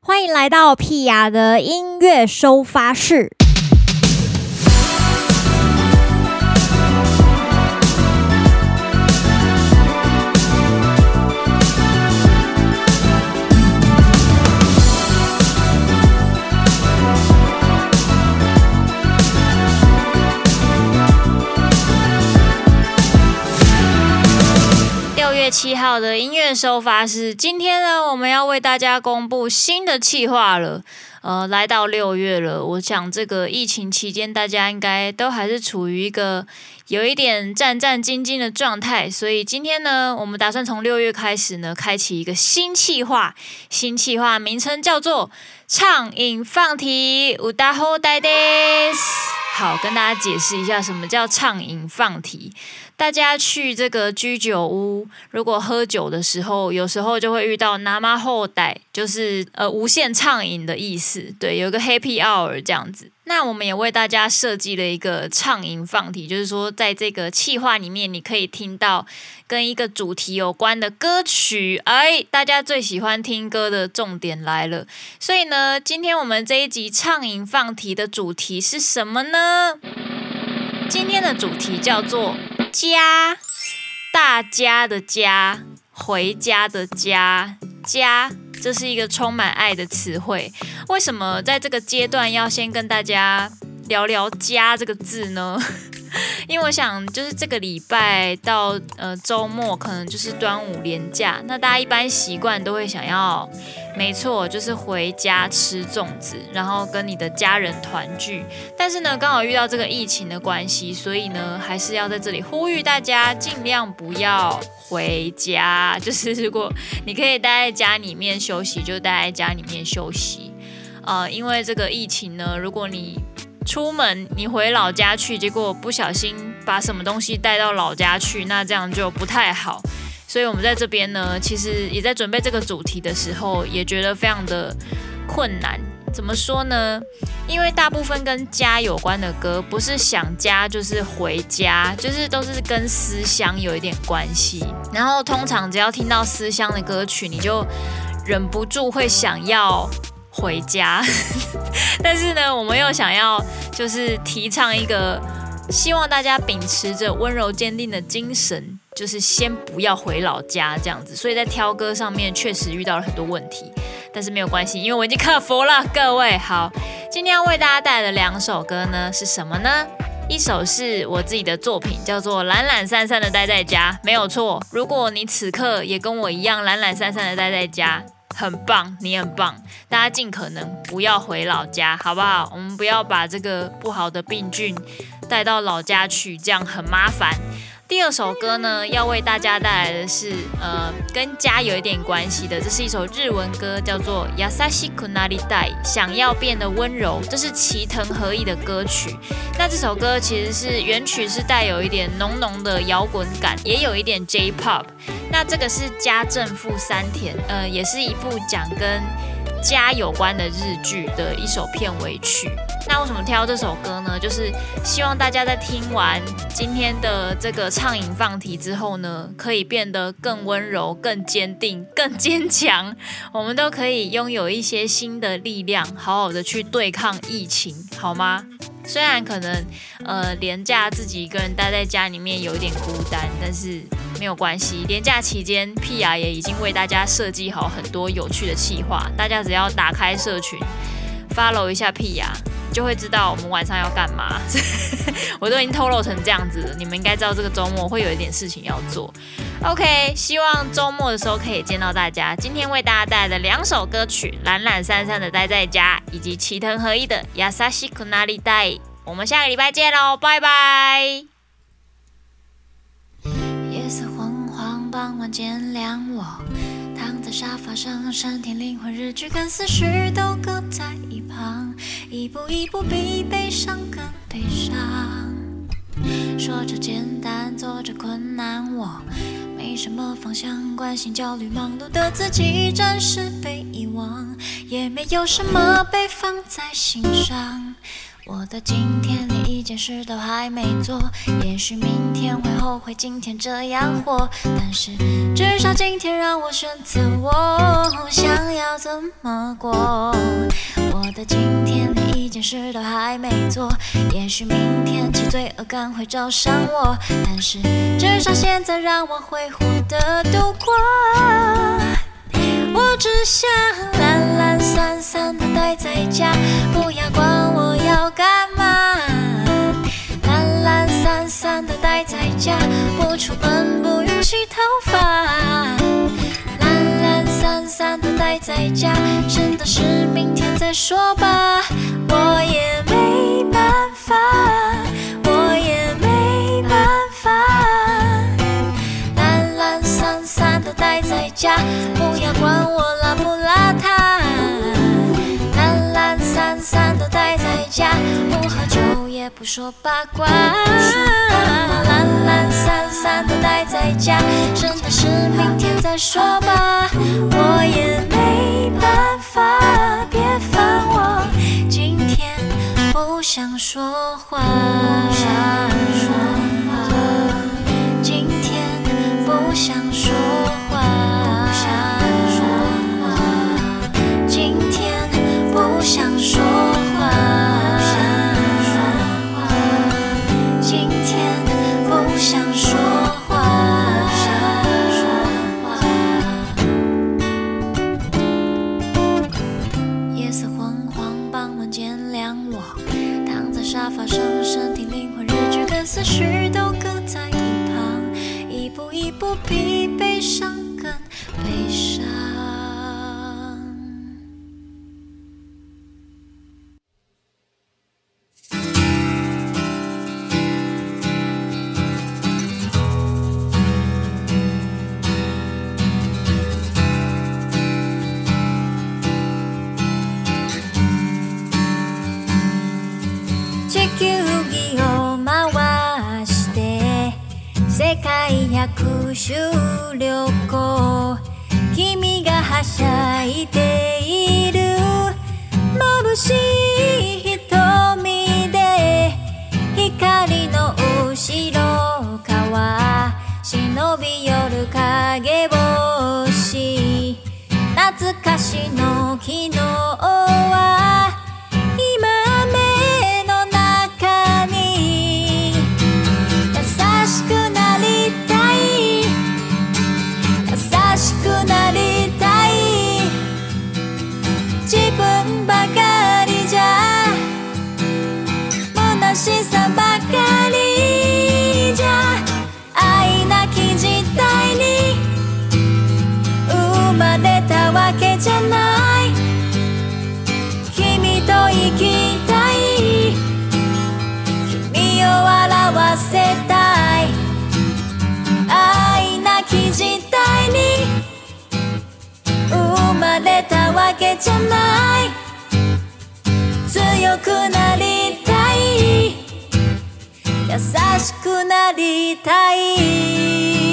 欢迎来到屁雅的音乐收发室。6月7号的音乐收发室，今天呢，我们要为大家公布新的企划了。来到6月了，我想这个疫情期间，大家应该都还是处于一个有一点战战兢兢的状态，所以今天呢，我们打算从6月开始呢，开启一个新企划。新企划名称叫做畅饮放题，有大好大的。好，跟大家解释一下什么叫畅饮放题。大家去这个居酒屋，如果喝酒的时候，有时候就会遇到拿马后代，就是无限畅饮的意思。对，有一个 happy hour 这样子。那我们也为大家设计了一个畅饮放题，就是说在这个企划里面，你可以听到跟一个主题有关的歌曲。大家最喜欢听歌的重点来了。所以呢，今天我们这一集畅饮放题的主题是什么呢？今天的主题叫做家，大家的家，回家的家，家，这是一个充满爱的词汇。为什么在这个阶段要先跟大家聊聊家这个字呢？因为我想就是这个礼拜到周末可能就是端午连假，那大家一般习惯都会想要，没错，就是回家吃粽子，然后跟你的家人团聚。但是呢，刚好遇到这个疫情的关系，所以呢，还是要在这里呼吁大家尽量不要回家。就是如果你可以待在家里面休息，就待在家里面休息。因为这个疫情呢，如果你出门你回老家去，结果不小心把什么东西带到老家去，那这样就不太好。所以我们在这边呢，其实也在准备这个主题的时候，也觉得非常的困难。怎么说呢？因为大部分跟家有关的歌，不是想家就是回家，就是都是跟思乡有一点关系。然后通常只要听到思乡的歌曲，你就忍不住会想要回家。但是呢，我们又想要就是提倡一个希望大家秉持着温柔坚定的精神，就是先不要回老家这样子。所以在挑歌上面确实遇到了很多问题，但是没有关系，因为我已经克服了。各位好，今天要为大家带来的2首歌呢是什么呢？一首是我自己的作品，叫做懒懒散散的待在家，没有错。如果你此刻也跟我一样懒懒散散的待在家，很棒，你很棒。大家尽可能不要回老家，好不好？我们不要把这个不好的病菌带到老家去，这样很麻烦。第2首歌呢，要为大家带来的是跟家有一点关系的，这是一首日文歌，叫做 Yasashiku Naritai， 想要变得温柔，这是齐藤和义的歌曲。那这首歌其实是原曲是带有一点浓浓的摇滚感，也有一点 J-Pop。那这个是家政妇山田，也是一部讲跟家有关的日剧的一首片尾曲。那为什么挑这首歌呢？就是希望大家在听完今天的这个畅饮放题之后呢，可以变得更温柔、更坚定、更坚强。我们都可以拥有一些新的力量，好好的去对抗疫情，好吗？虽然可能连假自己一个人待在家里面有一点孤单，但是没有关系。连假期间，屁雅也已经为大家设计好很多有趣的企划，大家只要打开社群 follow 一下屁雅，就会知道我们晚上要干嘛。我都已经透露成这样子了，你们应该知道这个周末会有一点事情要做。OK， 希望周末的时候可以见到大家。今天为大家带来的2首歌曲，懒懒散散的待在家，以及齐藤和义的 Yasashiku Naritai。我们下个礼拜见喽，拜拜。 夜色昏黄，傍晚渐凉，我躺在沙发上，身体、灵魂、日剧跟思绪都搁在一旁，一步一步比悲伤更悲伤。说着简单，做着困难，我没什么方向，关心、焦虑、忙碌的自己暂时被遗忘，也没有什么被放在心上。 我的今天连一件事都还没做，也许明天会后悔今天这样活，但是至少今天让我选择我想要怎么过。我的今天连一件事都还没做，也许明天起罪恶感会找上我，但是至少现在让我挥霍的度过。我只想懒懒散散的待在家，不要管我要干嘛。懒懒散散的待在家，不出门不用洗头发。懒懒散散的待在家，剩的事明天再说吧。我也没办法，我也没办法。懒懒散散的待在家，不要管我邋不邋遢。懒懒散散的待在家，不喝酒也不说八卦。懒懒散散的待在家，剩的事明天再说吧。我也没办法，别烦我，今天不想说话。今天不想说话。今天不想说话。今天不想说话。夜色昏黄，傍晚渐亮，我躺在沙发上，身体灵魂日剧跟思绪都搁在一旁，一步一步比悲伤更悲伤。地球儀を回して世界100周旅行、君がはしゃいでいる眩しい瞳で光の後ろ側忍び寄る影星、懐かしの昨日は今目の中に優しくなりたい、優しくなりたい。自分ばかりじゃ虚しさばかりじゃ愛なき時代に生まれたわけじゃない。君と生きたい、君を笑わせたい。愛なき時代に生まれたわけじゃない。強くなりたい、優しくなりたい。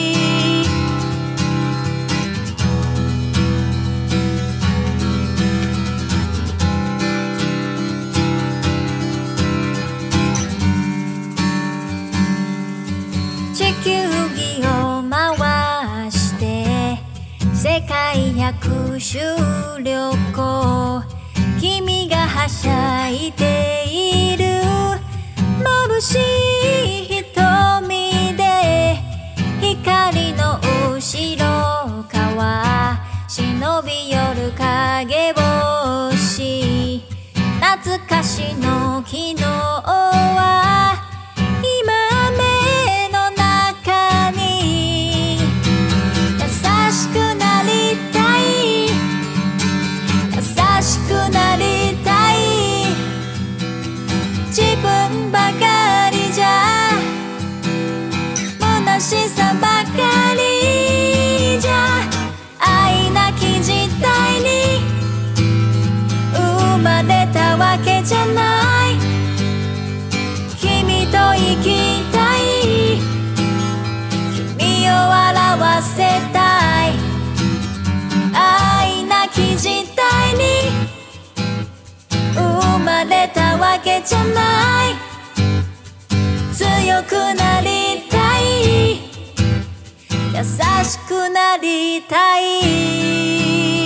地球儀を回して世界100周旅行、君がはしゃいでいる眩しい瞳で光の後ろ側忍び寄る影星、懐かしの昨日は今目の中に優しくなりたい、優しくなりたい。自分ばかりじゃ虚しさばかりじゃ愛なき時代に生まれたわけじゃない。君と生きたい、君を笑わせたい。愛なき時代に生まれたわだけじゃない強くなりたい優しくなりたい